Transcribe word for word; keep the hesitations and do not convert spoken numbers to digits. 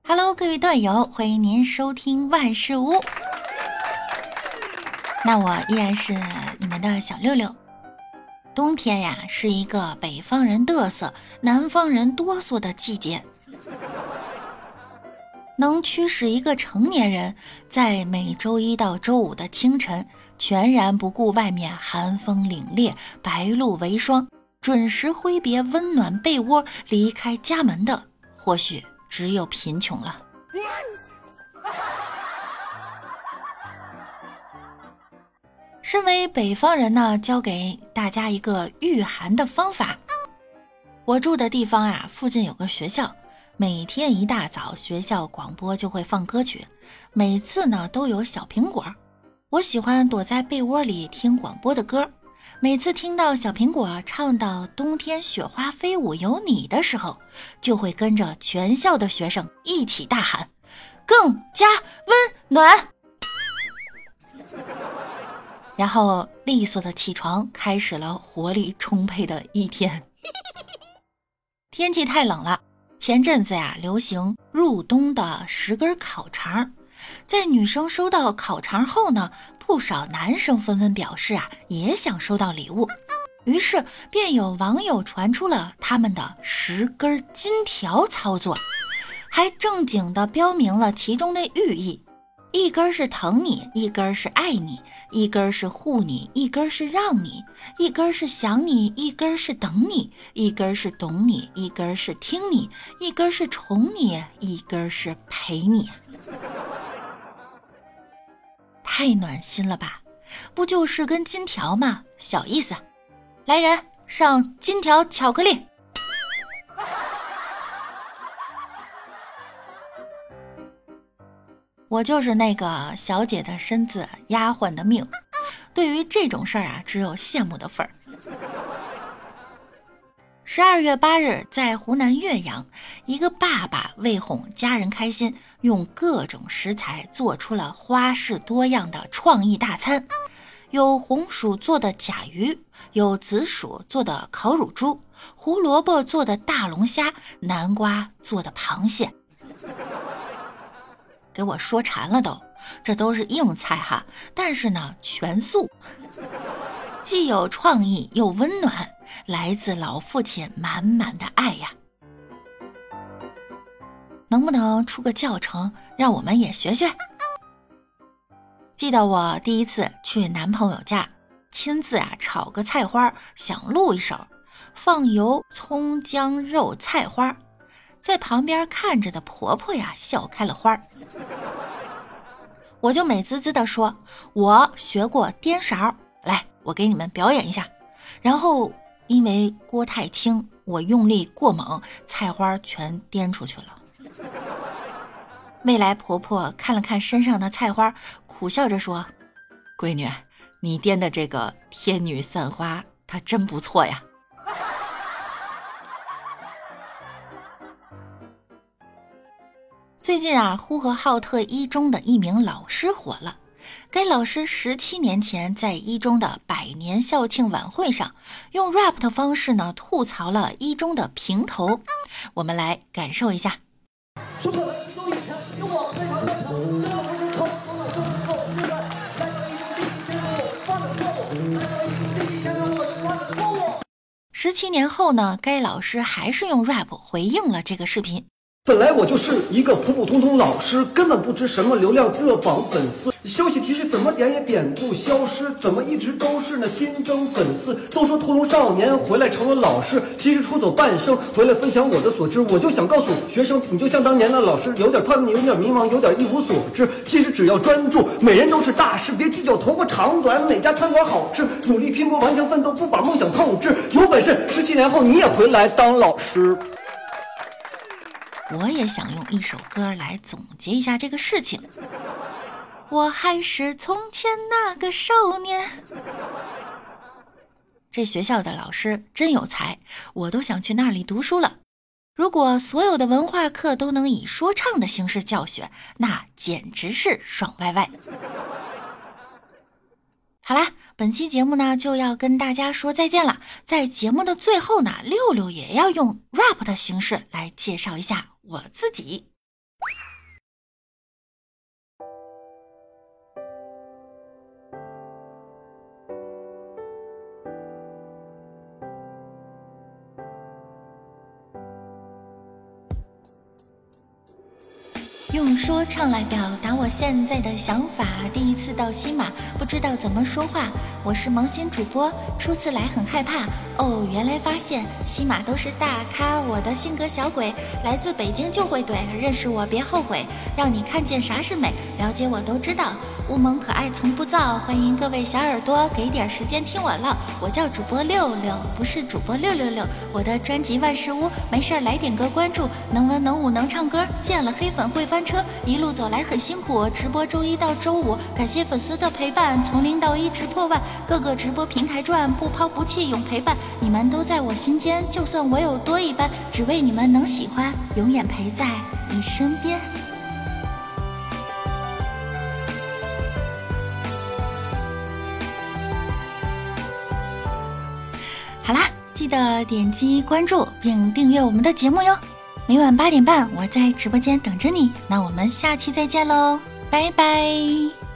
Hello， 各位段友，欢迎您收听万事屋。那我依然是你们的小六六。冬天呀，是一个北方人嘚瑟、南方人哆嗦的季节，能驱使一个成年人在每周一到周五的清晨，全然不顾外面寒风凛冽、白露为霜，准时挥别温暖被窝，离开家门的，或许只有贫穷了。身为北方人呢，教给大家一个御寒的方法。我住的地方啊，附近有个学校，每天一大早学校广播就会放歌曲，每次呢都有小苹果。我喜欢躲在被窝里听广播的歌，每次听到小苹果唱到冬天雪花飞舞有你的时候，就会跟着全校的学生一起大喊更加温暖，然后利索的起床，开始了活力充沛的一天。天气太冷了，前阵子呀流行入冬的十根烤肠，在女生收到烤肠后呢，不少男生纷纷表示啊也想收到礼物，于是便有网友传出了他们的十根金条操作，还正经的标明了其中的寓意，一根是疼你，一根是爱你，一根是护你，一根是让你，一根是想你，一根是等你，一根是懂你，一根是听你，一根是宠你，一根是陪你。太暖心了吧，不就是根金条吗？小意思。来人，上金条巧克力。我就是那个小姐的身子，丫鬟的命，对于这种事儿啊，只有羡慕的份儿。十二月八日，在湖南岳阳，一个爸爸为哄家人开心，用各种食材做出了花式多样的创意大餐，有红薯做的甲鱼，有紫薯做的烤乳猪，胡萝卜做的大龙虾，南瓜做的螃蟹。给我说馋了都，这都是硬菜哈，但是呢全素，既有创意又温暖，来自老父亲满满的爱呀。能不能出个教程让我们也学学？记得我第一次去男朋友家，亲自啊炒个菜花，想录一手，放油葱姜肉菜花，在旁边看着的婆婆呀笑开了花，我就美滋滋地说，我学过颠勺，来我给你们表演一下。然后因为锅太轻，我用力过猛，菜花全颠出去了。未来婆婆看了看身上的菜花，苦笑着说，闺女，你颠的这个天女散花它真不错呀。最近啊，呼和浩特一中的一名老师火了。该老师十七年前在一中的百年校庆晚会上，用 rap 的方式呢吐槽了一中的平头。我们来感受一下。说错了，一中以前有我非常赞成，这个不是坑，疯了就是够，现在来到一中第一天我犯了错误，来到一中第一天我就犯了错误。十七年后呢，该老师还是用 rap 回应了这个视频。 本来我就是一个普普通通老师，根本不知什么流量热榜粉丝，消息提示怎么点也点不消失，怎么一直都是那新增粉丝。都说屠龙少年回来成了老师，其实出走半生回来分享我的所知。我就想告诉学生，你就像当年的老师，有点叛逆，有点迷茫，有点一无所知。其实只要专注，每人都是大师，别计较头发长短，哪家餐馆好吃，努力拼搏，顽强奋斗，不把梦想透支。有本事十七年后你也回来当老师。 我也想用一首歌来总结一下这个事情。我还是从前那个少年。这学校的老师真有才，我都想去那里读书了。如果所有的文化课都能以说唱的形式教学，那简直是爽歪歪。好啦，本期节目呢就要跟大家说再见了。在节目的最后呢，六六也要用 rap 的形式来介绍一下我自己。 用说唱来表达我现在的想法。第一次到西马，不知道怎么说话。我是萌新主播，初次来很害怕。哦，原来发现西马都是大咖。我的性格小鬼，来自北京就会怼，认识我别后悔，让你看见啥是美，了解我都知道。乌蒙可爱从不躁，欢迎各位小耳朵给点时间听我唠。我叫主播六六，不是主播六六六。我的专辑万事屋，没事来点个关注，能文能武能唱歌，见了黑粉会翻车，一路走来很辛苦，直播周一到周五，感谢粉丝的陪伴，从零到一直破万，各个直播平台转，不抛不弃永陪伴，你们都在我心间，就算我有多一般，只为你们能喜欢，永远陪在你身边。好啦，记得点击关注并订阅我们的节目哟。每晚八点半，我在直播间等着你。那我们下期再见喽，拜拜。